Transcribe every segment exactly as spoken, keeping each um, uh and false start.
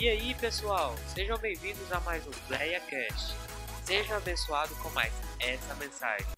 E aí, pessoal, sejam bem-vindos a mais um BleaCast. Seja abençoado com mais essa mensagem.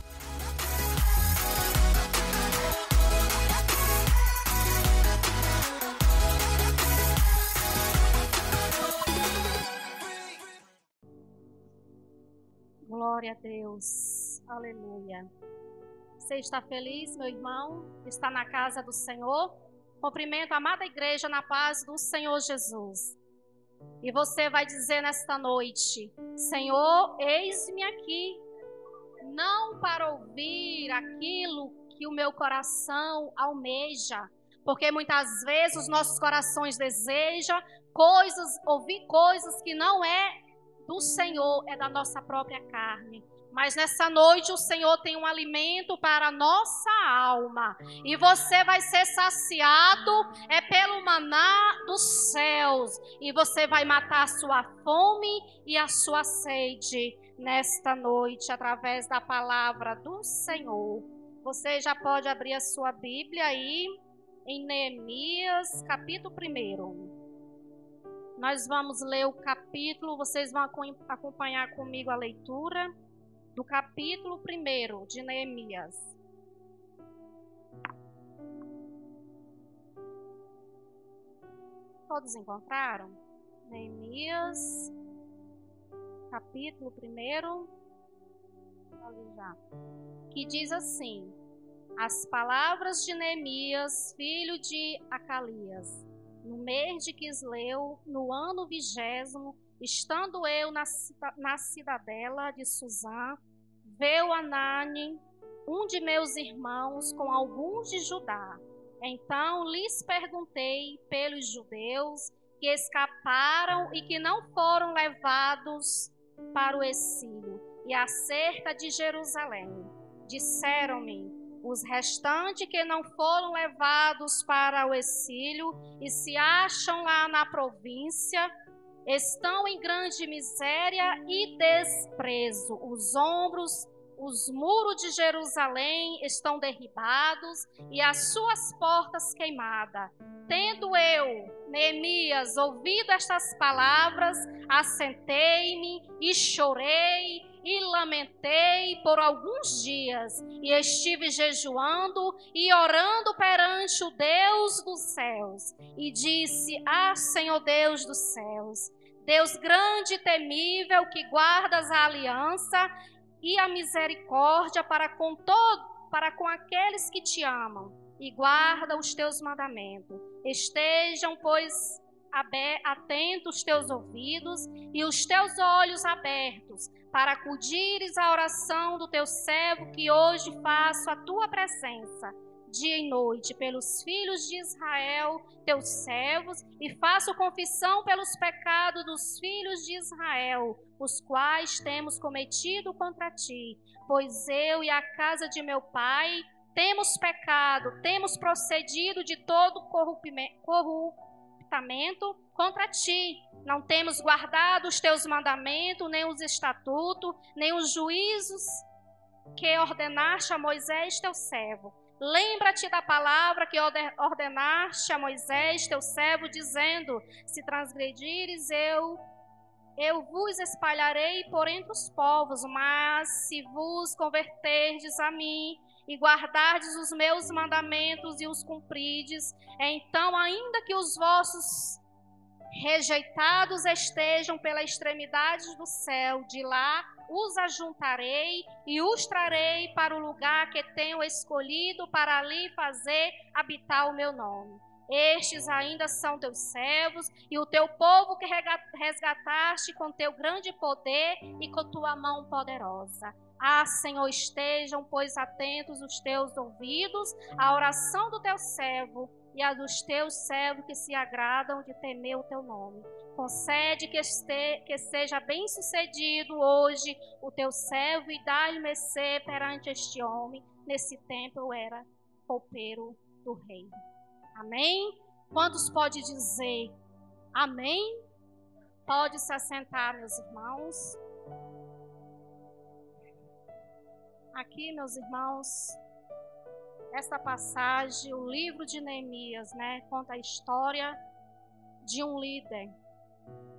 Glória a Deus, aleluia. Você está feliz, meu irmão? Está na casa do Senhor? Cumprimento a amada igreja na paz do Senhor Jesus. E você vai dizer nesta noite: Senhor, eis-me aqui, não para ouvir aquilo que o meu coração almeja, porque muitas vezes os nossos corações desejam coisas, ouvir coisas que não é do Senhor, é da nossa própria carne. Mas nessa noite o Senhor tem um alimento para a nossa alma. E você vai ser saciado é pelo maná dos céus. E você vai matar a sua fome e a sua sede nesta noite, através da palavra do Senhor. Você já pode abrir a sua Bíblia aí em Neemias, capítulo primeiro. Nós vamos ler o capítulo, vocês vão acompanhar comigo a leitura do capítulo primeiro de Neemias. Todos encontraram? Neemias, capítulo primeiro, ali já. Que diz assim: as palavras de Neemias, filho de Acalias, no mês de Quisleu, no ano vigésimo, estando eu na, na cidadela de Suzã, veio Anani, um de meus irmãos, com alguns de Judá. Então lhes perguntei pelos judeus que escaparam e que não foram levados para o exílio, e acerca de Jerusalém. Disseram-me: os restantes que não foram levados para o exílio e se acham lá na província, estão em grande miséria e desprezo. Os ombros, os muros de Jerusalém estão derribados e as suas portas queimadas. Tendo eu, Neemias, ouvido estas palavras, assentei-me e chorei e lamentei por alguns dias, e estive jejuando e orando perante o Deus dos céus, e disse: ah, Senhor Deus dos céus, Deus grande e temível, que guardas a aliança e a misericórdia para com todo, para com aqueles que te amam e guardam os teus mandamentos. Estejam, pois, atentos os teus ouvidos e os teus olhos abertos, para acudires à oração do teu servo, que hoje faço a tua presença, dia e noite, pelos filhos de Israel, teus servos, e faço confissão pelos pecados dos filhos de Israel, os quais temos cometido contra ti. Pois eu e a casa de meu pai temos pecado, temos procedido de todo corrompimento contra ti. Não temos guardado os teus mandamentos, nem os estatutos, nem os juízos que ordenaste a Moisés, teu servo. Lembra-te da palavra que ordenaste a Moisés, teu servo, dizendo: se transgredires, eu, eu vos espalharei por entre os povos, mas se vos converterdes a mim e guardardes os meus mandamentos e os cumprides, então, ainda que os vossos rejeitados estejam pela extremidade do céu, de lá os ajuntarei e os trarei para o lugar que tenho escolhido, para ali fazer habitar o meu nome. Estes ainda são teus servos e o teu povo que resgataste com teu grande poder e com tua mão poderosa. Ah, Senhor, estejam, pois, atentos os teus ouvidos à oração do teu servo e a dos teus servos que se agradam de temer o teu nome. Concede que, este, que seja bem sucedido hoje o teu servo e dá-lhe mercê perante este homem. Nesse tempo eu era copeiro do rei. Amém? Quantos pode dizer amém? Pode se assentar, meus irmãos. Aqui, meus irmãos, esta passagem, o livro de Neemias, né, conta a história de um líder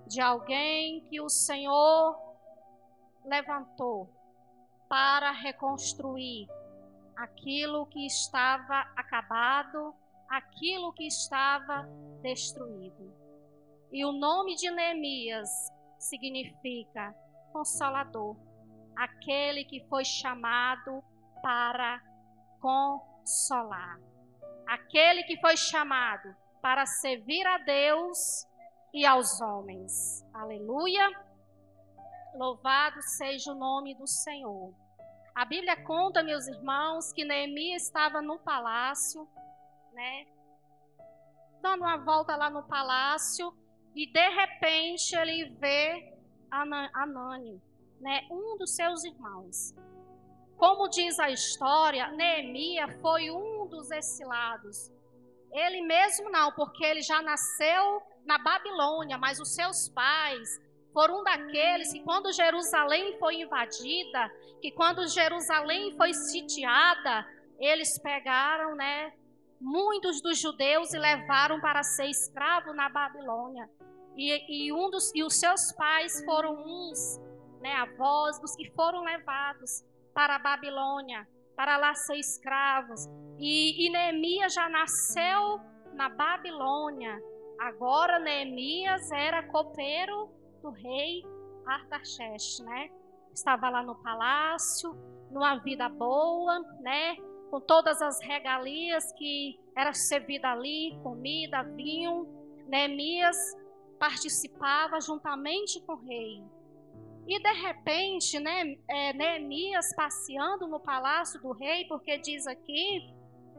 de alguém que o Senhor levantou para reconstruir aquilo que estava acabado, aquilo que estava destruído. E o nome de Neemias significa consolador, aquele que foi chamado para consolar, aquele que foi chamado para servir a Deus e aos homens. Aleluia! Louvado seja o nome do Senhor. A Bíblia conta, meus irmãos, que Neemias estava no palácio, né, dando uma volta lá no palácio, e de repente ele vê Anani, né, um dos seus irmãos. Como diz a história, Neemias foi um dos exilados. Ele mesmo não, porque ele já nasceu na Babilônia, mas os seus pais foram um daqueles que quando Jerusalém foi invadida, que quando Jerusalém foi sitiada, eles pegaram, né, muitos dos judeus e levaram para ser escravo na Babilônia. E, e, um dos, e os seus pais foram uns, né, avós dos que foram levados para a Babilônia, para lá ser escravos. E, e Neemias já nasceu na Babilônia. Agora Neemias era copeiro do rei Artaxerxes, né? Estava lá no palácio, numa vida boa, né? Com todas as regalias que era servida ali, comida, vinho. Neemias participava juntamente com o rei. E de repente, né, é, Neemias passeando no palácio do rei, porque diz aqui,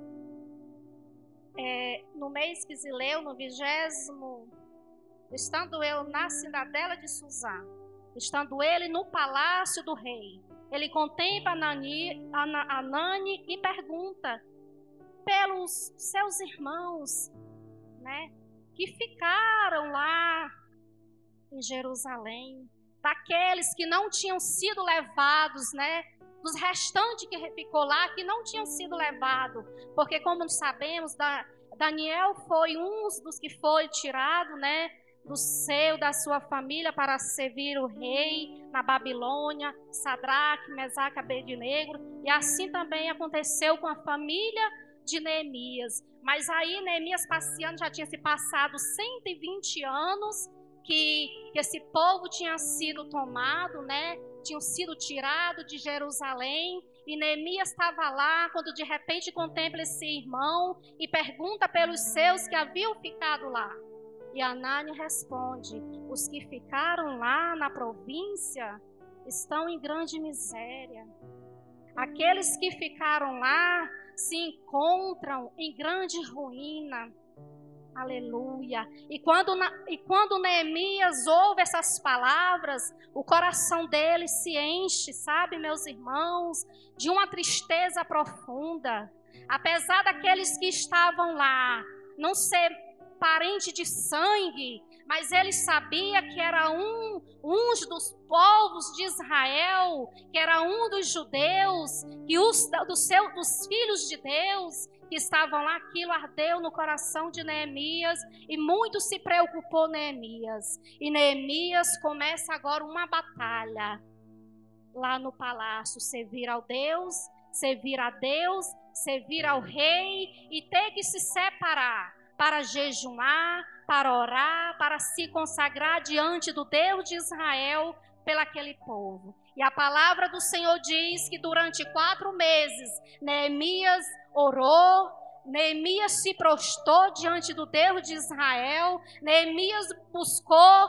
é, no mês Quisleu, no vigésimo, estando eu na cidadela de Suzã, estando ele no palácio do rei, ele contempla Anani, Anani e pergunta pelos seus irmãos, né, que ficaram lá em Jerusalém, daqueles que não tinham sido levados, né, dos restantes que ficou lá, que não tinham sido levados, porque como sabemos, da, Daniel foi um dos que foi tirado, né, do seu, da sua família para servir o rei na Babilônia, Sadraque, Mesaque, Abednego, e assim também aconteceu com a família de Neemias. Mas aí Neemias passeando, já tinha se passado cento e vinte anos que, que esse povo tinha sido tomado, né? Tinham sido tirado de Jerusalém, e Neemias estava lá quando de repente contempla esse irmão e pergunta pelos seus que haviam ficado lá. E Anani responde: os que ficaram lá na província estão em grande miséria. Aqueles que ficaram lá se encontram em grande ruína. Aleluia. E quando, e quando Neemias ouve essas palavras, o coração dele se enche, sabe, meus irmãos, de uma tristeza profunda. Apesar daqueles que estavam lá não ser parente de sangue, mas ele sabia que era um, um dos povos de Israel, que era um dos judeus, que os do seu, dos filhos de Deus que estavam lá. Aquilo ardeu no coração de Neemias e muito se preocupou Neemias. E Neemias começa agora uma batalha lá no palácio, servir ao Deus, servir a Deus, servir ao rei e ter que se separar para jejuar, para orar, para se consagrar diante do Deus de Israel pelo aquele povo. E a palavra do Senhor diz que durante quatro meses Neemias orou, Neemias se prostrou diante do Deus de Israel, Neemias buscou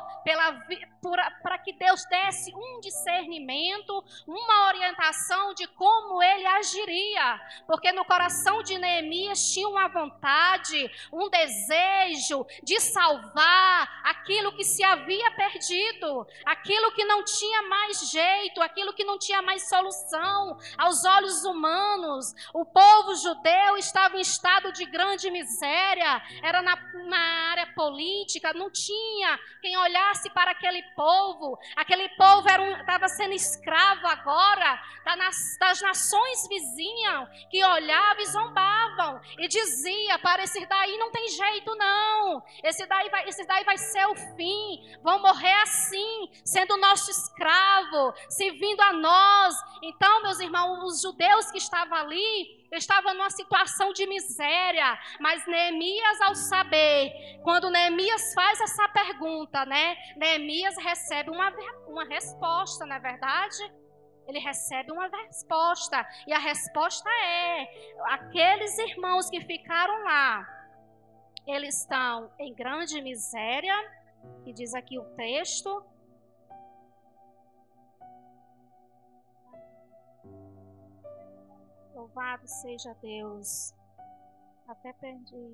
para que Deus desse um discernimento, uma orientação de como ele agiria, porque no coração de Neemias tinha uma vontade, um desejo de salvar aquilo que se havia perdido, aquilo que não tinha mais jeito, aquilo que não tinha mais solução aos olhos humanos. O povo judeu estava em estado de grande miséria, era na, na área política, não tinha quem olhasse para aquele povo. Aquele povo estava um, sendo escravo agora das, das nações vizinhas, que olhavam e zombavam e dizia: para esse daí não tem jeito não, esse daí vai, esse daí vai ser o fim, vão morrer assim, sendo nosso escravo, servindo a nós. Então, meus irmãos, os judeus que estavam ali estavam numa situação de miséria, mas Neemias, ao saber, quando Neemias faz essa pergunta, né, Neemias recebe uma, uma resposta, não é verdade? Ele recebe uma resposta, e a resposta é: aqueles irmãos que ficaram lá, eles estão em grande miséria, que diz aqui o texto. Louvado seja Deus. Até perdi.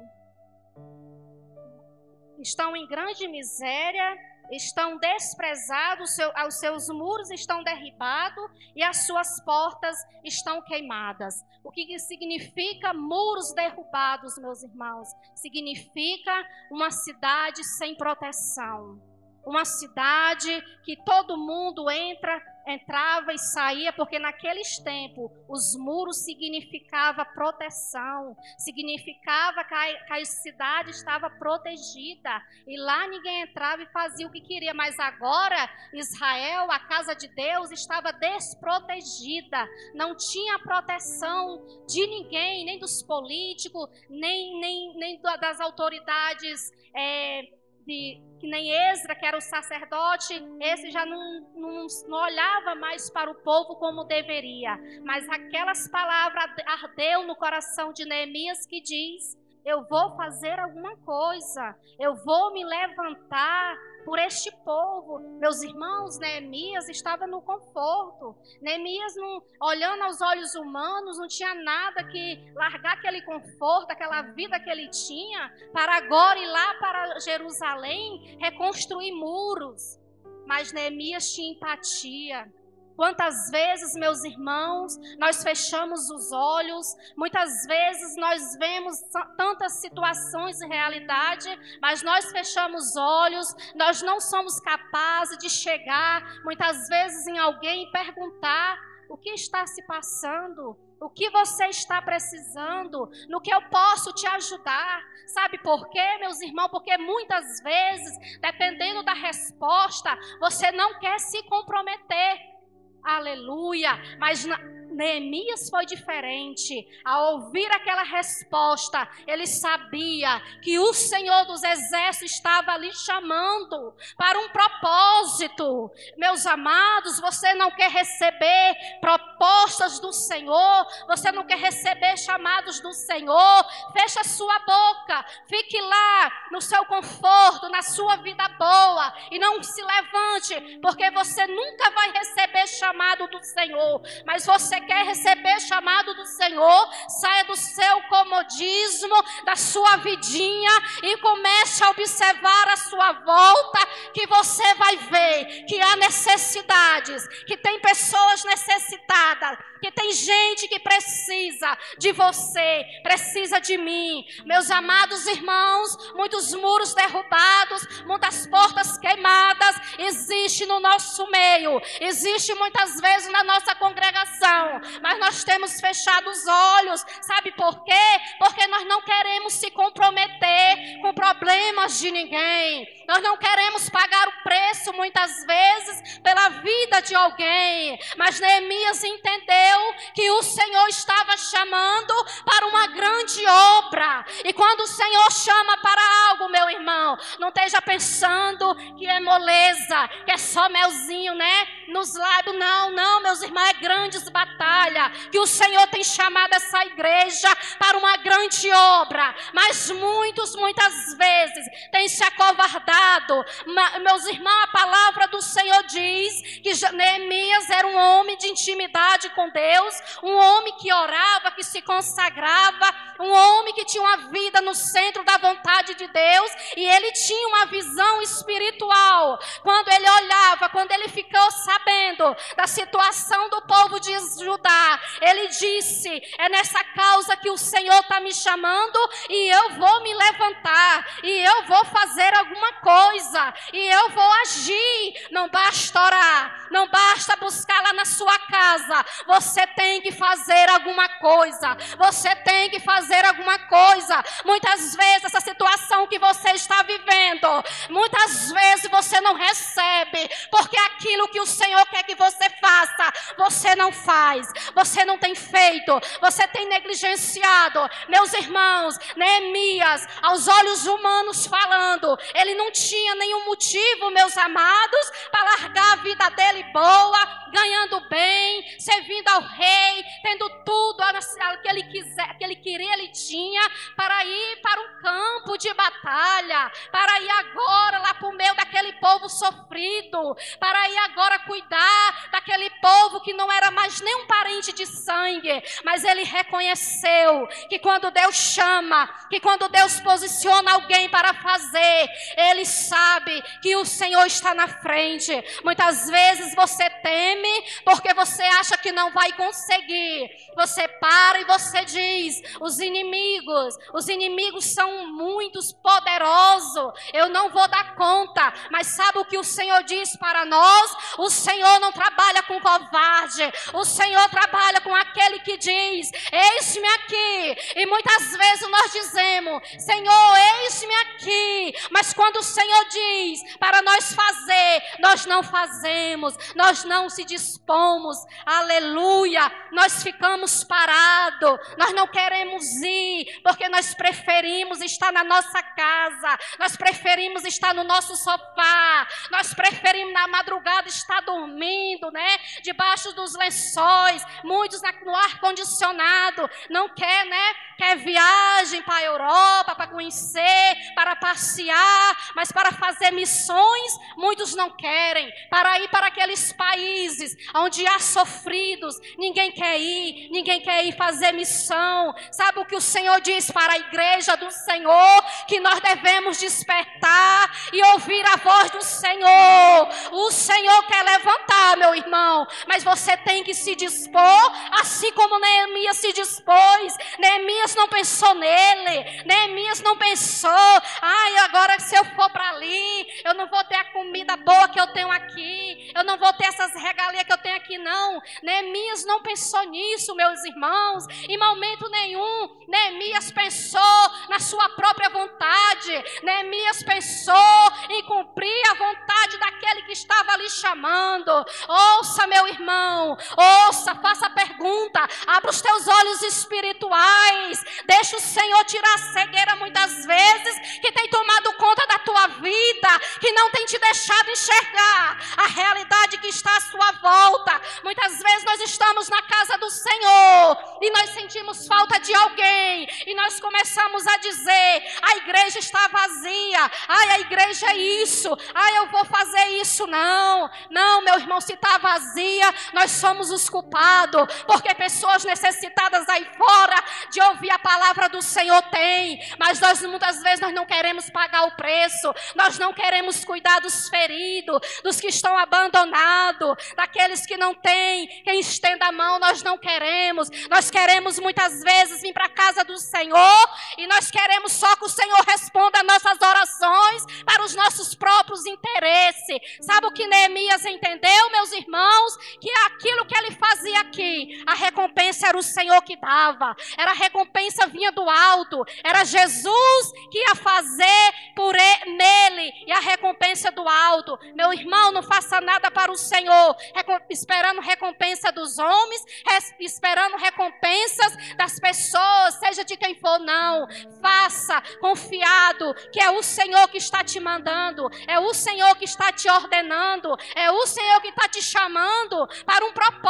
Estão em grande miséria, estão desprezados, seu, os seus muros estão derribados e as suas portas estão queimadas. O que significa muros derrubados, meus irmãos? Significa uma cidade sem proteção. Uma cidade que todo mundo entra, entrava e saía, porque naqueles tempos os muros significava proteção, significava que a, que a cidade estava protegida, e lá ninguém entrava e fazia o que queria. Mas agora Israel, a casa de Deus, estava desprotegida, não tinha proteção de ninguém, nem dos políticos, nem, nem, nem das autoridades, é, De, que nem Esdra, que era o sacerdote. Esse já não, não, não olhava mais para o povo como deveria. Mas aquelas palavras ardeu no coração de Neemias, que diz: eu vou fazer alguma coisa, eu vou me levantar por este povo. Meus irmãos, Neemias estava no conforto. Neemias, não, olhando aos olhos humanos, não tinha nada que largar aquele conforto, aquela vida que ele tinha, para agora ir lá para Jerusalém reconstruir muros. Mas Neemias tinha empatia. Quantas vezes, meus irmãos, nós fechamos os olhos, muitas vezes nós vemos tantas situações e realidade, mas nós fechamos os olhos, nós não somos capazes de chegar, muitas vezes, em alguém e perguntar: o que está se passando? O que você está precisando? No que eu posso te ajudar? Sabe por quê, meus irmãos? Porque muitas vezes, dependendo da resposta, você não quer se comprometer. Aleluia, mas Neemias foi diferente. Ao ouvir aquela resposta, ele sabia que o Senhor dos Exércitos estava ali chamando para um propósito. Meus amados, você não quer receber propostas do Senhor, você não quer receber chamados do Senhor, feche a sua boca, fique lá no seu conforto, na sua vida boa, e não se levante, porque você nunca vai receber chamado do Senhor. Mas você quer receber chamado do Senhor, saia do seu comodismo, da sua vidinha, e comece a observar a sua volta, que você vai ver que há necessidades, que tem pessoas necessitadas, que tem gente que precisa de você, precisa de mim. Meus amados irmãos, muitos muros derrubados, muitas portas queimadas existe no nosso meio, existe muitas vezes na nossa congregação, mas nós temos fechado os olhos. Sabe por quê? Porque nós não queremos se comprometer com problemas de ninguém, nós não queremos pagar o preço muitas vezes pela vida de alguém. Mas Neemias entendeu que o Senhor estava chamando para uma grande obra, e quando o Senhor chama para algo, meu irmão, não esteja pensando que é moleza, que é só melzinho, né, nos lábios. Não, não, meus irmãos, é grandes batalhas, que o Senhor tem chamado essa igreja para uma grande obra, mas muitos, muitas vezes têm se acovardado. Meus irmãos, a palavra do Senhor diz que Neemias era um homem de intimidade com Deus, um homem que orava, que se consagrava, um homem que tinha uma vida no centro da vontade de Deus, e ele tinha uma visão espiritual. Quando ele olhava, quando ele ficou sabendo sabendo da situação do povo de Judá, ele disse: é nessa causa que o Senhor está me chamando, e eu vou me levantar, e eu vou fazer alguma coisa, e eu vou agir. Não basta orar, não basta buscar lá na sua casa, você tem que fazer alguma coisa, você tem que fazer alguma coisa. Muitas vezes essa situação que você está vivendo, muitas vezes você não recebe, porque aquilo que o Senhor quer que você faça, você não faz, você não tem feito, você tem negligenciado. Meus irmãos, Neemias, aos olhos humanos falando, ele não tinha nenhum motivo, meus amados, para largar a vida dele boa, ganhando bem, servindo ao rei, tendo tudo que ele quiser, que ele queria, ele tinha, para ir para um campo de batalha, para ir agora lá para o meio daquele povo sofrido, para ir agora cuidar daquele povo que não era mais nem um parente de sangue. Mas ele reconheceu que quando Deus chama, que quando Deus posiciona alguém para fazer, ele sabe que o Senhor está na frente. Muitas vezes você teme porque você acha que não vai conseguir. Você para e você diz: os inimigos, os inimigos são muitos, poderosos, eu não vou dar conta. Mas sabe o que o Senhor diz para nós? O Senhor não trabalha com covarde, o Senhor trabalha com aquele que diz: eis-me aqui. E muitas vezes nós dizemos: Senhor, eis-me aqui. Mas quando o Senhor diz para nós fazer, nós não fazemos, nós não se dispomos. Aleluia, nós ficamos parados, nós não queremos ir, porque nós preferimos estar na nossa casa, nós preferimos estar no nosso sofá, nós preferimos na madrugada estar dormindo, né, debaixo dos lençóis, muitos no ar-condicionado. Não quer, né, quer viagem para a Europa, para conhecer, para passear, mas para fazer missões, muitos não querem. Para ir para aqueles países onde há sofridos, ninguém quer ir, ninguém quer ir fazer missão. Sabe o que o Senhor diz para a igreja do Senhor? Que nós devemos despertar e ouvir a voz do Senhor. O Senhor quer levantar, meu irmão, mas você tem que se dispor, assim como Neemias se dispôs. Neemias não pensou nele, Neemias não pensou: ai, agora se eu for para ali, eu não vou ter a comida boa que eu tenho aqui, eu não vou ter essas regalias que eu tenho aqui. Não, Neemias não pensou nisso, meus irmãos, em momento nenhum. Neemias pensou na sua própria vontade, Neemias pensou em cumprir a vontade daquele que estava ali chamando. Ouça, meu irmão, ouça, faça a pergunta, abra os teus olhos espirituais, deixa o Senhor tirar a cegueira muitas vezes que tem tomado conta da tua vida, que não tem te deixado enxergar a realidade que está à sua volta. Muitas vezes nós estamos na casa do Senhor e nós sentimos falta de alguém, e nós começamos a dizer: a igreja está vazia, ai, a igreja é isso, ai, eu vou fazer isso. Não, não, meu irmão, se está vazia, nós somos os culpados, porque pessoas necessitadas aí fora de ouvir a palavra do Senhor tem, mas nós muitas vezes nós não queremos pagar o preço, nós não queremos cuidar dos feridos, dos que estão abandonados, daqueles que não têm quem estenda a mão. Nós não queremos, nós queremos muitas vezes vir para a casa do Senhor e nós queremos só que o Senhor responda nossas orações para os nossos próprios interesses. Sabe o que Neemias entendeu, meus irmãos? Que aquilo que ele fazia aqui, a recompensa era o Senhor que dava, era a recompensa vinha do alto, era Jesus que ia fazer por ele, nele, e a recompensa do alto. Meu irmão, não faça nada para o Senhor esperando recompensa dos homens, esperando recompensas das pessoas, seja de quem for. Não, faça confiado que é o Senhor que está te mandando, é o Senhor que está te ordenando, é o Senhor que está te chamando para um propósito.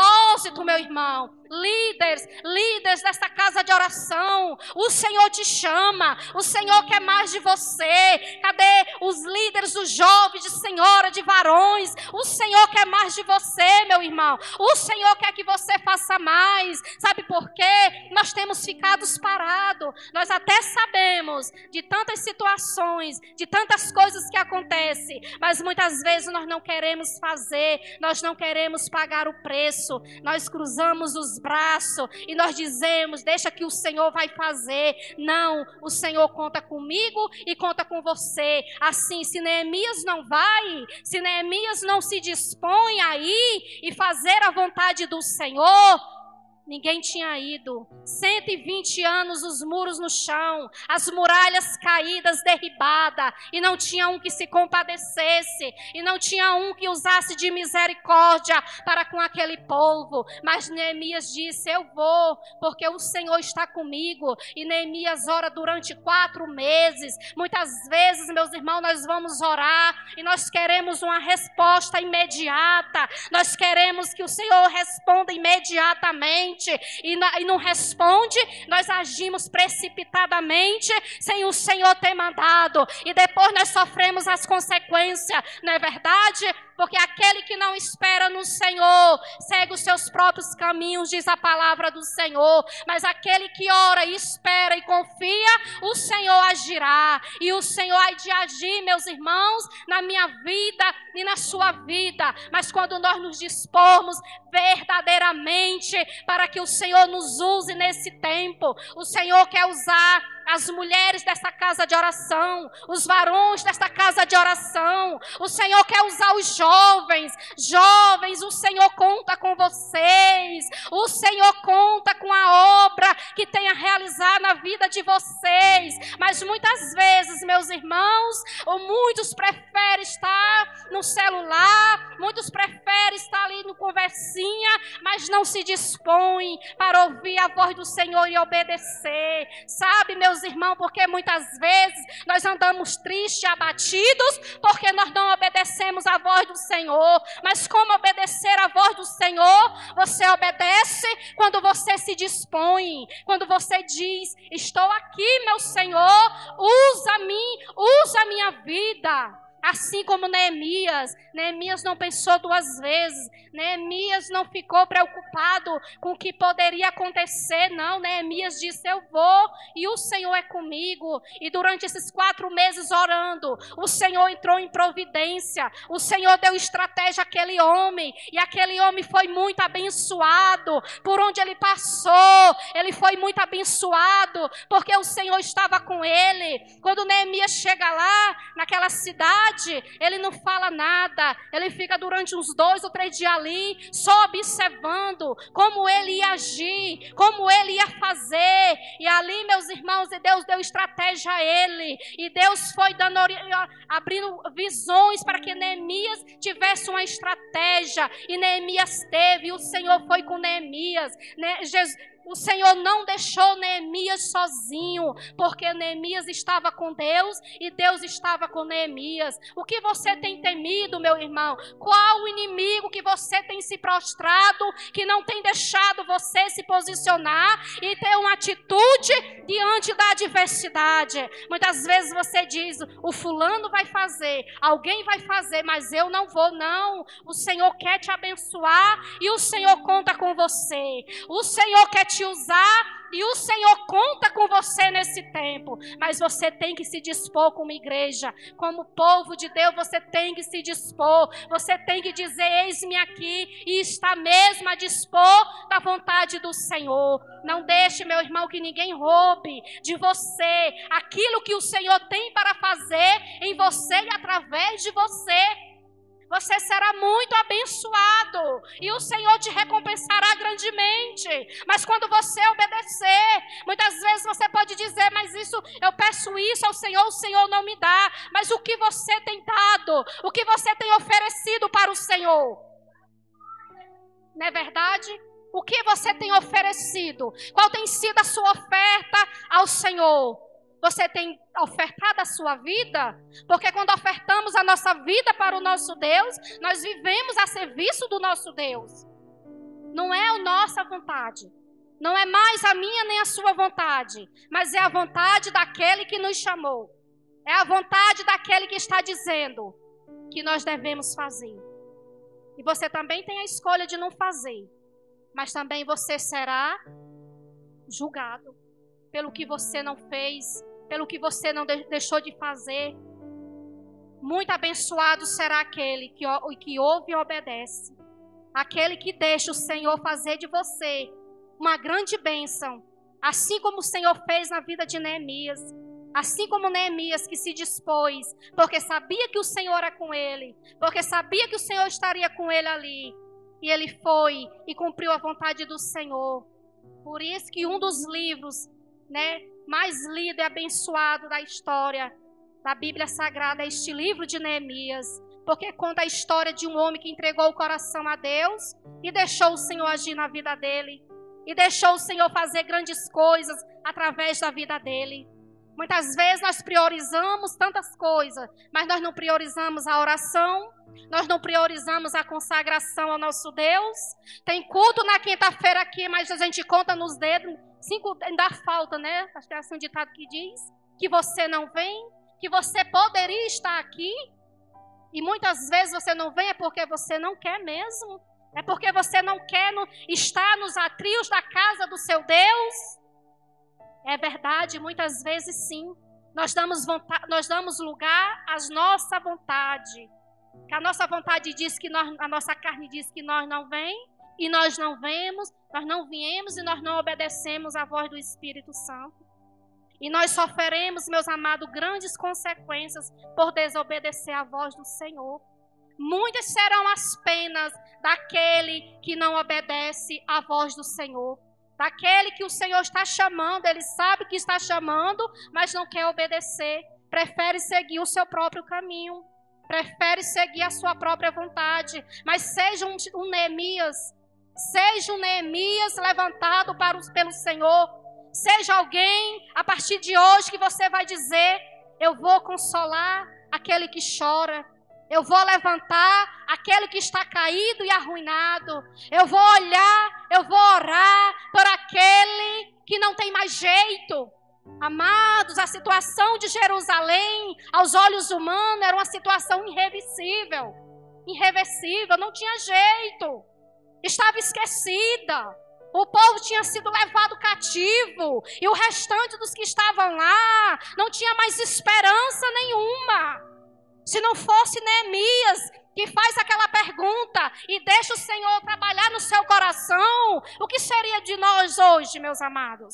propósito, meu irmão. Líderes, líderes desta casa de oração, o Senhor te chama, o Senhor quer mais de você. Cadê os líderes, os jovens, de senhora, de varões? O Senhor quer mais de você, meu irmão. O Senhor quer que você faça mais. Sabe por quê? Nós temos ficado parados. Nós até sabemos de tantas situações, de tantas coisas que acontecem, mas muitas vezes nós não queremos fazer, nós não queremos pagar o preço. Nós cruzamos os braços e nós dizemos: deixa que o Senhor vai fazer. Não, o Senhor conta comigo e conta com você. Assim, se Neemias não vai, se Neemias não se dispõe a ir e fazer a vontade do Senhor, ninguém tinha ido. cento e vinte anos, os muros no chão, as muralhas caídas, derribadas, e não tinha um que se compadecesse, e não tinha um que usasse de misericórdia para com aquele povo. Mas Neemias disse: eu vou, porque o Senhor está comigo. E Neemias ora durante quatro meses. Muitas vezes, meus irmãos, nós vamos orar e nós queremos uma resposta imediata, nós queremos que o Senhor responda imediatamente. E, na, e não responde, nós agimos precipitadamente, sem o Senhor ter mandado, e depois nós sofremos as consequências, não é verdade? Porque aquele que não espera no Senhor segue os seus próprios caminhos, diz a palavra do Senhor. Mas aquele que ora, espera e confia, o Senhor agirá. E o Senhor há de agir, meus irmãos, na minha vida e na sua vida. Mas quando nós nos dispormos verdadeiramente para que o Senhor nos use nesse tempo, o Senhor quer usar as mulheres desta casa de oração, os varões desta casa de oração. O Senhor quer usar os jovens. Jovens, o Senhor conta com vocês. O Senhor conta com a obra que tem a realizar na vida de vocês. Mas muitas vezes, meus irmãos, ou muitos preferem estar no celular, muitos preferem estar ali no conversinha, mas não se dispõem para ouvir a voz do Senhor e obedecer. Sabe, meus irmãos, porque muitas vezes nós andamos tristes, abatidos, porque nós não obedecemos a voz do Senhor. Mas como obedecer a voz do Senhor? Você obedece quando você se dispõe, quando você diz: estou aqui, meu Senhor, usa-me, usa a minha vida. Assim como Neemias, Neemias não pensou duas vezes, Neemias não ficou preocupado com o que poderia acontecer, não. Neemias disse: eu vou e o Senhor é comigo. E durante esses quatro meses orando, o Senhor entrou em providência, o Senhor deu estratégia àquele homem, e aquele homem foi muito abençoado. Por onde ele passou, ele foi muito abençoado, porque o Senhor estava com ele. Quando Neemias chega lá, naquela cidade, ele não fala nada, ele fica durante uns dois ou três dias ali, só observando como ele ia agir, como ele ia fazer. E ali, meus irmãos, e Deus deu estratégia a ele, e Deus foi dando, abrindo visões para que Neemias tivesse uma estratégia, e Neemias teve, e o Senhor foi com Neemias. Ne- Jesus, o Senhor não deixou Neemias sozinho, porque Neemias estava com Deus e Deus estava com Neemias. O que você tem temido, meu irmão? Qual o inimigo que você tem se prostrado, que não tem deixado você se posicionar e ter uma atitude diante da adversidade? Muitas vezes você diz: o fulano vai fazer, alguém vai fazer, mas eu não vou. Não, o Senhor quer te abençoar e o Senhor conta com você. O Senhor quer te usar e o Senhor conta com você nesse tempo. Mas você tem que se dispor como igreja, como povo de Deus. Você tem que se dispor, você tem que dizer: eis-me aqui, e está mesmo a dispor da vontade do Senhor. Não deixe, meu irmão, que ninguém roube de você aquilo que o Senhor tem para fazer em você e através de você. Você será muito abençoado e o Senhor te recompensará grandemente. Mas quando você obedecer, muitas vezes você pode dizer: mas isso, eu peço isso ao Senhor, o Senhor não me dá. Mas o que você tem dado? O que você tem oferecido para o Senhor? Não é verdade? O que você tem oferecido? Qual tem sido a sua oferta ao Senhor? Você tem ofertado a sua vida? Porque quando ofertamos a nossa vida para o nosso Deus, nós vivemos a serviço do nosso Deus. não é a nossa vontade. Não é mais a minha nem a sua vontade, mas é a vontade daquele que nos chamou. É a vontade daquele que está dizendo que nós devemos fazer. E você também tem a escolha de não fazer, mas também você será julgado pelo que você não fez, pelo que você não de- deixou de fazer. Muito abençoado será aquele que, que ouve e obedece. Aquele que deixa o Senhor fazer de você uma grande bênção, assim como o Senhor fez na vida de Neemias, assim como Neemias que se dispôs, porque sabia que o Senhor era com ele, porque sabia que o Senhor estaria com ele ali, e ele foi e cumpriu a vontade do Senhor. Por isso que um dos livros, né, mais lido e abençoado da história da Bíblia Sagrada é este livro de Neemias, porque conta a história de um homem que entregou o coração a Deus e deixou o Senhor agir na vida dele. E deixou o Senhor fazer grandes coisas através da vida dele. Muitas vezes nós priorizamos tantas coisas, mas nós não priorizamos a oração, nós não priorizamos a consagração ao nosso Deus. Tem culto na quinta-feira aqui, mas a gente conta nos dedos, cinco, ainda falta, né? Acho que é assim um ditado que diz, que você não vem, que você poderia estar aqui, e muitas vezes você não vem é porque você não quer mesmo. É porque você não quer no, estar nos atrios da casa do seu Deus? É verdade, muitas vezes sim. Nós damos, vontade, nós damos lugar à nossa vontade. Que a nossa vontade diz que nós, a nossa carne diz que nós não vem, e nós não vemos, nós não viemos e nós não obedecemos à voz do Espírito Santo. E nós sofreremos, meus amados, grandes consequências por desobedecer à voz do Senhor. Muitas serão as penas daquele que não obedece à voz do Senhor. Daquele que o Senhor está chamando, ele sabe que está chamando, mas não quer obedecer. Prefere seguir o seu próprio caminho. Prefere seguir a sua própria vontade. Mas seja um, um Neemias, seja um Neemias levantado para o, pelo Senhor. Seja alguém, a partir de hoje, que você vai dizer, eu vou consolar aquele que chora. Eu vou levantar aquele que está caído e arruinado. Eu vou olhar, eu vou orar por aquele que não tem mais jeito. Amados, a situação de Jerusalém, aos olhos humanos, era uma situação irreversível. Irreversível, não tinha jeito. Estava esquecida. O povo tinha sido levado cativo. E o restante dos que estavam lá não tinha mais esperança nenhuma. Se não fosse Neemias, que faz aquela pergunta e deixa o Senhor trabalhar no seu coração, o que seria de nós hoje, meus amados?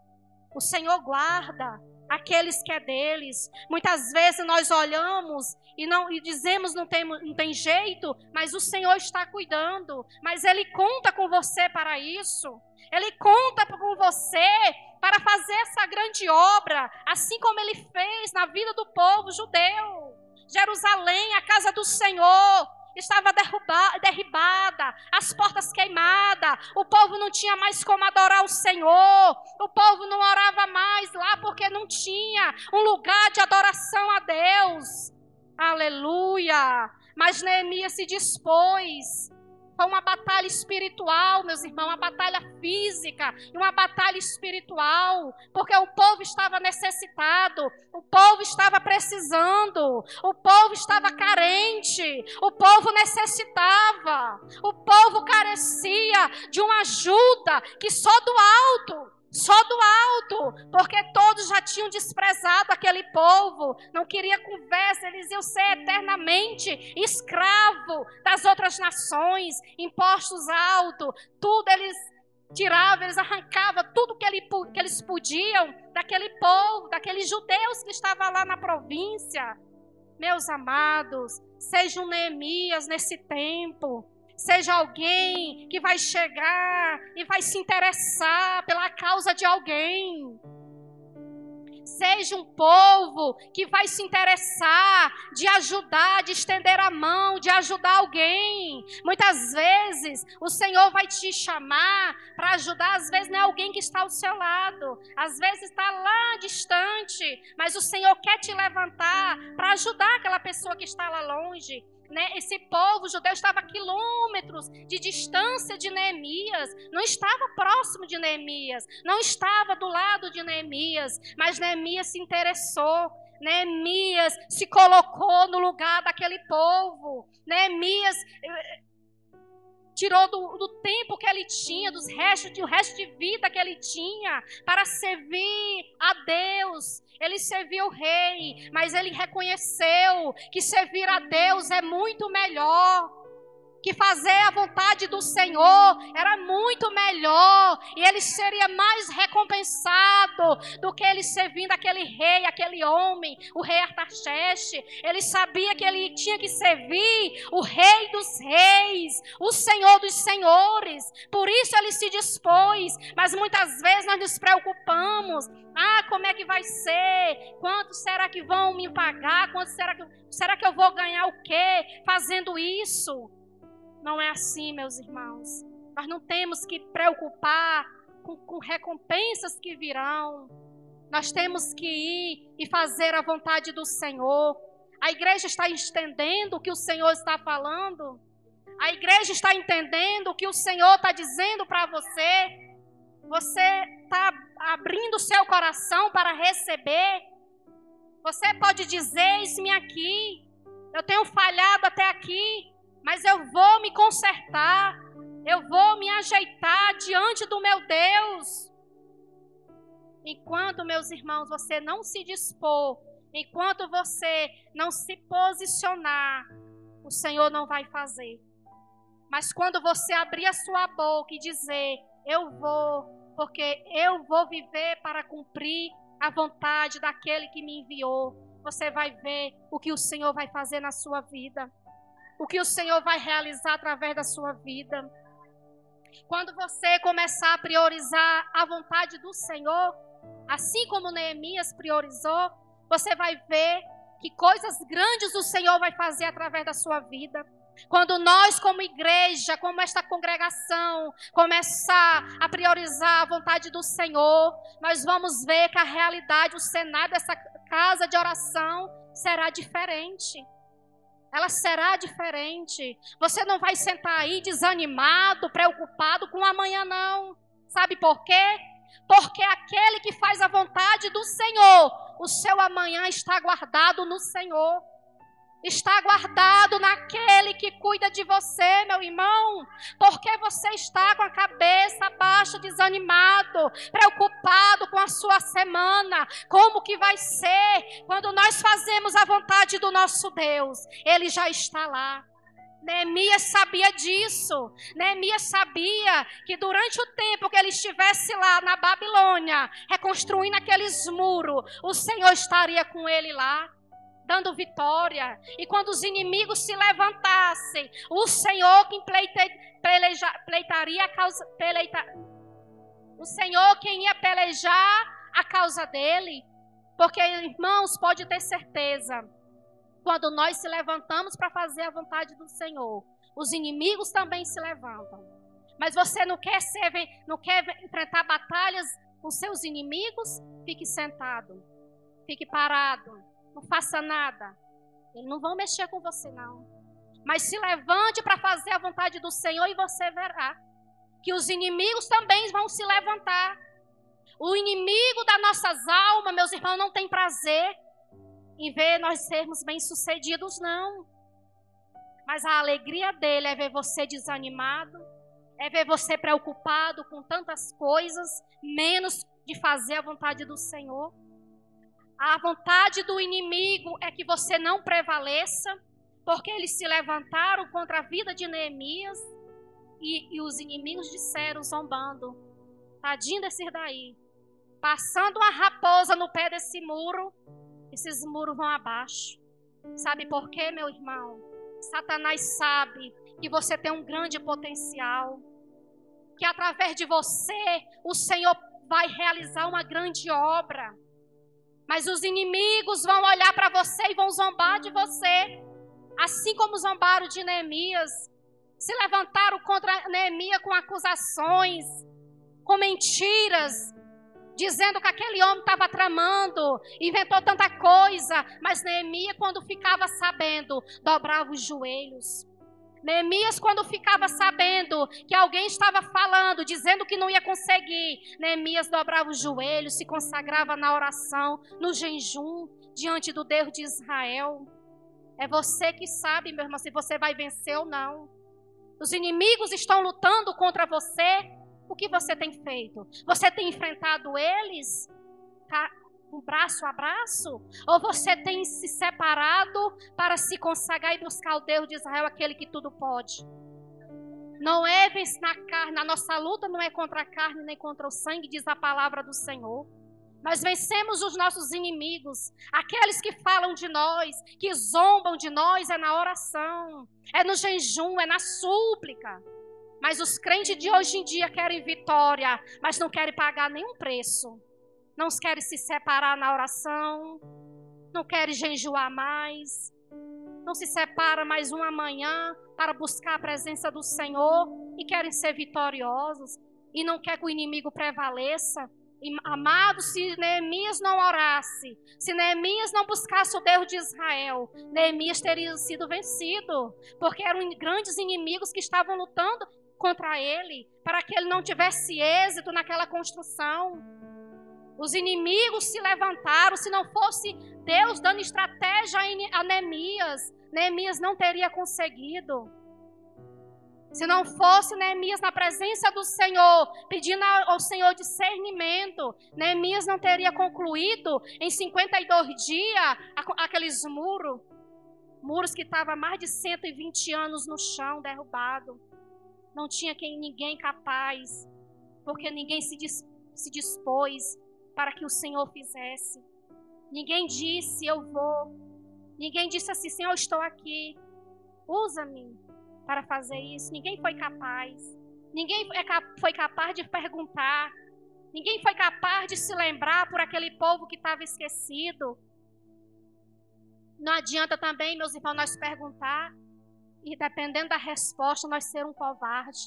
O Senhor guarda aqueles que é deles. Muitas vezes nós olhamos e, não, e dizemos não tem, não tem jeito, mas o Senhor está cuidando. Mas Ele conta com você para isso. Ele conta com você para fazer essa grande obra, assim como Ele fez na vida do povo judeu. Jerusalém, a casa do Senhor, estava derruba, derribada, as portas queimadas, o povo não tinha mais como adorar o Senhor, o povo não orava mais lá porque não tinha um lugar de adoração a Deus. Aleluia! Mas Neemias se dispôs. Foi uma batalha espiritual, meus irmãos, uma batalha física e uma batalha espiritual, porque o povo estava necessitado, o povo estava precisando, o povo estava carente, o povo necessitava, o povo carecia de uma ajuda que só do alto, só do alto, porque todos já tinham desprezado aquele povo, não queria conversa, eles iam ser eternamente escravos das outras nações, impostos altos, tudo eles tiravam, eles arrancavam tudo que, ele, que eles podiam daquele povo, daqueles judeus que estavam lá na província. Meus amados, seja um Neemias nesse tempo. Seja alguém que vai chegar e vai se interessar pela causa de alguém. Seja um povo que vai se interessar de ajudar, de estender a mão, de ajudar alguém. Muitas vezes o Senhor vai te chamar para ajudar, às vezes não é alguém que está ao seu lado, às vezes está lá distante, mas o Senhor quer te levantar para ajudar aquela pessoa que está lá longe. Né? Esse povo judeu estava a quilômetros de distância de Neemias, não estava próximo de Neemias, não estava do lado de Neemias, mas Neemias se interessou, Neemias se colocou no lugar daquele povo, Neemias tirou do, do tempo que ele tinha, dos restos, do resto de vida que ele tinha, para servir a Deus. Ele serviu o rei, mas ele reconheceu que servir a Deus é muito melhor, que fazer a vontade do Senhor era muito melhor, e ele seria mais recompensado do que ele servindo aquele rei, aquele homem, o rei Artaxerxes. Ele sabia que ele tinha que servir o rei dos reis, o Senhor dos senhores, por isso ele se dispôs. Mas muitas vezes nós nos preocupamos, ah, como é que vai ser, quanto será que vão me pagar, quanto será que, será que eu vou ganhar o quê fazendo isso? Não é assim, meus irmãos. Nós não temos que preocupar com, com recompensas que virão. Nós temos que ir e fazer a vontade do Senhor. A igreja está entendendo o que o Senhor está falando? A igreja está entendendo o que o Senhor está dizendo para você? Você está abrindo o seu coração para receber? Você pode dizer, eis-me aqui, eu tenho falhado até aqui, mas eu vou me consertar, eu vou me ajeitar diante do meu Deus. Enquanto, meus irmãos, você não se dispor, enquanto você não se posicionar, o Senhor não vai fazer. Mas quando você abrir a sua boca e dizer, eu vou, porque eu vou viver para cumprir a vontade daquele que me enviou, você vai ver o que o Senhor vai fazer na sua vida. O que o Senhor vai realizar através da sua vida. Quando você começar a priorizar a vontade do Senhor, assim como Neemias priorizou, você vai ver que coisas grandes o Senhor vai fazer através da sua vida. Quando nós, como igreja, como esta congregação, começar a priorizar a vontade do Senhor, nós vamos ver que a realidade, o cenário dessa casa de oração será diferente. Ela será diferente. Você não vai sentar aí desanimado, preocupado com amanhã, não. Sabe por quê? Porque aquele que faz a vontade do Senhor, o seu amanhã está guardado no Senhor. Está guardado naquele que cuida de você, meu irmão. Porque você está com a cabeça baixa, desanimado, preocupado com a sua semana. Como que vai ser quando nós fazemos a vontade do nosso Deus? Ele já está lá. Neemias sabia disso. Neemias sabia que durante o tempo que ele estivesse lá na Babilônia, reconstruindo aqueles muros, o Senhor estaria com ele lá, dando vitória. E quando os inimigos se levantassem, o Senhor quem pleite, peleja, pleitaria a causa, peleita, o Senhor quem ia pelejar a causa dele. Porque, irmãos, pode ter certeza, quando nós se levantamos para fazer a vontade do Senhor, os inimigos também se levantam. Mas você não quer, ser, não quer enfrentar batalhas com seus inimigos? Fique sentado, fique parado, não faça nada. Eles não vão mexer com você, não. Mas se levante para fazer a vontade do Senhor e você verá que os inimigos também vão se levantar. O inimigo das nossas almas, meus irmãos, não tem prazer em ver nós sermos bem-sucedidos, não. Mas a alegria dele é ver você desanimado, é ver você preocupado com tantas coisas, menos de fazer a vontade do Senhor. A vontade do inimigo é que você não prevaleça, porque eles se levantaram contra a vida de Neemias e, e os inimigos disseram, zombando, tadinho desses daí, passando uma raposa no pé desse muro, esses muros vão abaixo. Sabe por quê, meu irmão? Satanás sabe que você tem um grande potencial, que através de você o Senhor vai realizar uma grande obra. Mas os inimigos vão olhar para você e vão zombar de você. Assim como zombaram de Neemias. Se levantaram contra Neemias com acusações, com mentiras. dizendo que aquele homem estava tramando, inventou tanta coisa, mas Neemias, quando ficava sabendo, dobrava os joelhos. Neemias, quando ficava sabendo que alguém estava falando, dizendo que não ia conseguir, Neemias dobrava os joelhos, se consagrava na oração, no jejum, diante do Deus de Israel. É você que sabe, meu irmão, se você vai vencer ou não. Os inimigos estão lutando contra você. O que você tem feito? Você tem enfrentado eles um braço a braço? Ou você tem se separado para se consagrar e buscar o Deus de Israel, aquele que tudo pode? Não é vencer na carne. A nossa luta não é contra a carne nem contra o sangue, diz a palavra do Senhor. Nós vencemos os nossos inimigos, aqueles que falam de nós, que zombam de nós, é na oração, é no jejum, é na súplica. Mas os crentes de hoje em dia querem vitória, mas não querem pagar nenhum preço. Não querem se separar na oração, não querem jejuar mais, não se separa mais uma manhã para buscar a presença do Senhor e querem ser vitoriosos e não quer que o inimigo prevaleça. E, amado, se Neemias não orasse, se Neemias não buscasse o Deus de Israel, Neemias teria sido vencido, porque eram grandes inimigos que estavam lutando contra ele, para que ele não tivesse êxito naquela construção. Os inimigos se levantaram. Se não fosse Deus dando estratégia a Neemias, Neemias não teria conseguido. Se não fosse Neemias na presença do Senhor, pedindo ao Senhor discernimento, Neemias não teria concluído em cinquenta e dois dias aqueles muros, muros que estavam há mais de cento e vinte anos no chão, derrubado. Não tinha quem, ninguém capaz, porque ninguém se, dis, se dispôs para que o Senhor fizesse. Ninguém disse, eu vou. Ninguém disse assim, Senhor, eu estou aqui, usa-me para fazer isso. Ninguém foi capaz. Ninguém foi capaz de perguntar. Ninguém foi capaz de se lembrar por aquele povo que estava esquecido. Não adianta também, meus irmãos, nós perguntar e dependendo da resposta, nós ser um covarde.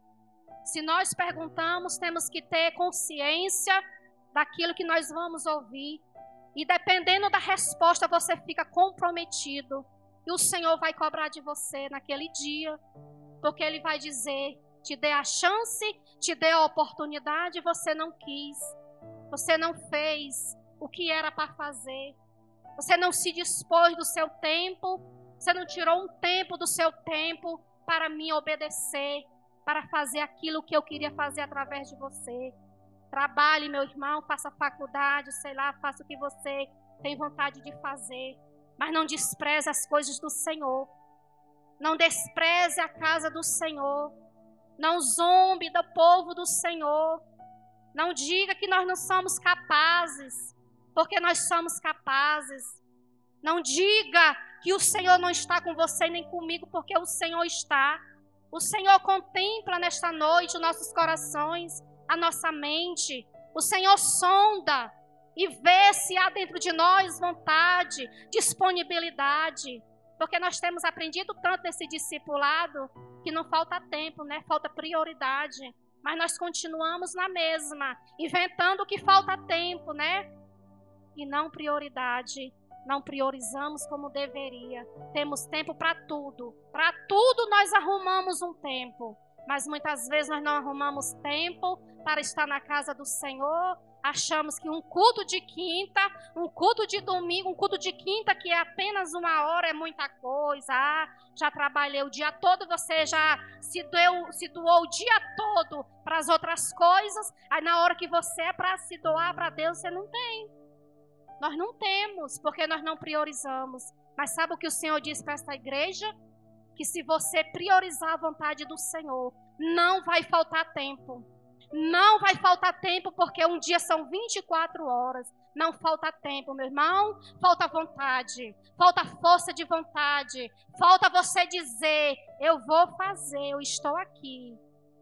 Se nós perguntamos, temos que ter consciência daquilo que nós vamos ouvir. E dependendo da resposta, você fica comprometido. E o Senhor vai cobrar de você naquele dia. Porque Ele vai dizer, te dei a chance, te dei a oportunidade, e você não quis. Você não fez o que era para fazer. Você não se dispôs do seu tempo. Você não tirou um tempo do seu tempo para me obedecer, para fazer aquilo que eu queria fazer através de você. Trabalhe, meu irmão, faça faculdade, sei lá, faça o que você tem vontade de fazer. Mas não despreze as coisas do Senhor. Não despreze a casa do Senhor. Não zombe do povo do Senhor. Não diga que nós não somos capazes, porque nós somos capazes. Não diga que o Senhor não está com você nem comigo, porque o Senhor está. O Senhor contempla nesta noite os nossos corações, a nossa mente. O Senhor sonda e vê se há dentro de nós vontade, disponibilidade. Porque nós temos aprendido tanto nesse discipulado que não falta tempo, né? Falta prioridade. Mas nós continuamos na mesma, inventando que falta tempo, né? E não prioridade. Não priorizamos como deveria. Temos tempo para tudo. Para tudo nós arrumamos um tempo. Mas muitas vezes nós não arrumamos tempo para estar na casa do Senhor. Achamos que um culto de quinta, um culto de domingo, um culto de quinta que é apenas uma hora é muita coisa. Ah, já trabalhei o dia todo, você já se, deu, se doou o dia todo para as outras coisas. Aí na hora que você é para se doar para Deus, você não tem. Nós não temos, porque nós não priorizamos. Mas sabe o que o Senhor diz para esta igreja? Que se você priorizar a vontade do Senhor, não vai faltar tempo. Não vai faltar tempo, porque um dia são vinte e quatro horas. Não falta tempo, meu irmão. Falta vontade. Falta força de vontade. Falta você dizer, eu vou fazer, eu estou aqui.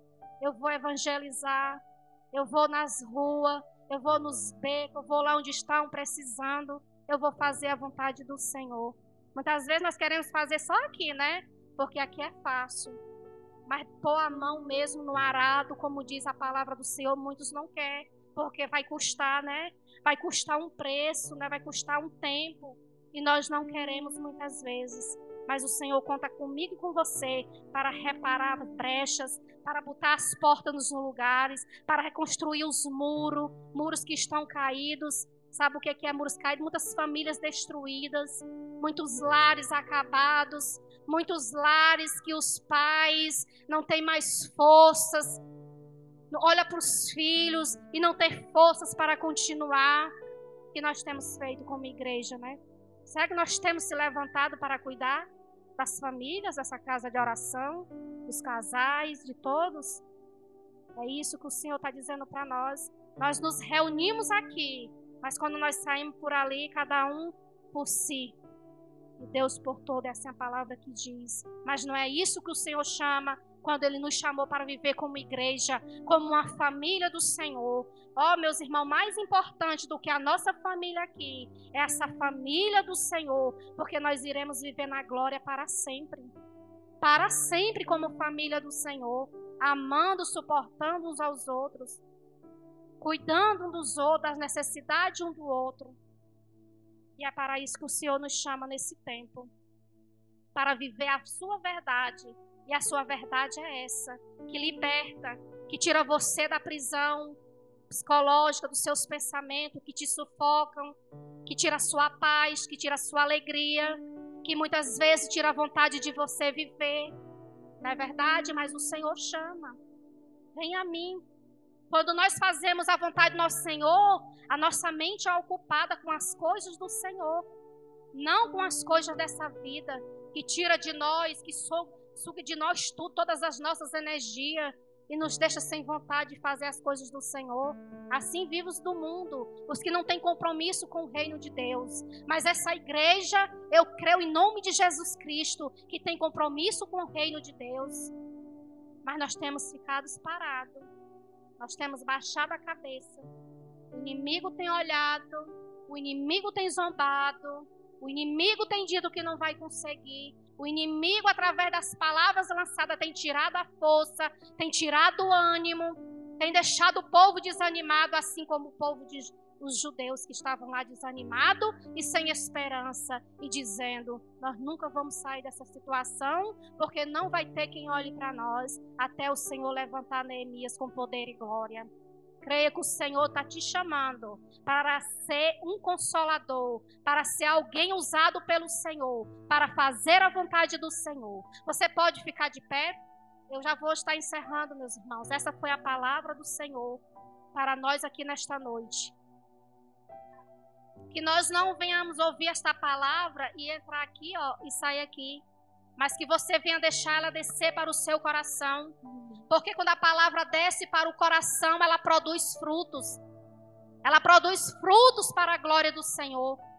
Eu vou evangelizar. Eu vou nas ruas. Eu vou nos becos, eu vou lá onde estão precisando, eu vou fazer a vontade do Senhor. Muitas vezes nós queremos fazer só aqui, né? Porque aqui é fácil. Mas pôr a mão mesmo no arado, como diz a palavra do Senhor, muitos não querem. porque vai custar, né? Vai custar um preço, né? Vai custar um tempo. E nós não queremos muitas vezes. Mas o Senhor conta comigo e com você para reparar brechas, para botar as portas nos lugares, para reconstruir os muros, muros que estão caídos. Sabe o que é muros caídos? Muitas famílias destruídas, muitos lares acabados, muitos lares que os pais não têm mais forças, olha para os filhos e não tem forças para continuar. O que nós temos feito como igreja, né? Será que nós temos se levantado para cuidar das famílias, dessa casa de oração, dos casais, de todos? É isso que o Senhor está dizendo para nós. Nós nos reunimos aqui, mas quando nós saímos por ali, cada um por si. E Deus por todo, essa é a palavra que diz. Mas não é isso que o Senhor chama quando Ele nos chamou para viver como igreja, como uma família do Senhor. Ó, oh, meus irmãos, mais importante do que a nossa família aqui é essa família do Senhor, porque nós iremos viver na glória para sempre. Para sempre como família do Senhor, amando, suportando uns aos outros, cuidando um dos outros, das necessidades um do outro. E é para isso que o Senhor nos chama nesse tempo, para viver a sua verdade. E a sua verdade é essa, que liberta, que tira você da prisão psicológica, dos seus pensamentos, que te sufocam, que tira a sua paz, que tira a sua alegria, que muitas vezes tira a vontade de você viver. Não é verdade? Mas o Senhor chama. Vem a mim. Quando nós fazemos a vontade do nosso Senhor, a nossa mente é ocupada com as coisas do Senhor, não com as coisas dessa vida, que tira de nós, que suga de nós tudo, todas as nossas energias, e nos deixa sem vontade de fazer as coisas do Senhor. Assim vivem os do mundo, os que não têm compromisso com o reino de Deus. Mas essa igreja, eu creio em nome de Jesus Cristo, que tem compromisso com o reino de Deus. Mas nós temos ficado parados, nós temos baixado a cabeça. O inimigo tem olhado, o inimigo tem zombado, o inimigo tem dito que não vai conseguir. O inimigo, através das palavras lançadas, tem tirado a força, tem tirado o ânimo, tem deixado o povo desanimado, assim como o povo de, os judeus que estavam lá desanimados e sem esperança, e dizendo, nós nunca vamos sair dessa situação, porque não vai ter quem olhe para nós, até o Senhor levantar Neemias com poder e glória. Creia que o Senhor está te chamando para ser um consolador, para ser alguém usado pelo Senhor, para fazer a vontade do Senhor. Você pode ficar de pé? Eu já vou estar encerrando, meus irmãos. Essa foi a palavra do Senhor para nós aqui nesta noite. Que nós não venhamos ouvir esta palavra e entrar aqui, ó, e sair aqui. Mas que você venha deixar ela descer para o seu coração. Porque quando a palavra desce para o coração, ela produz frutos. Ela produz frutos para a glória do Senhor.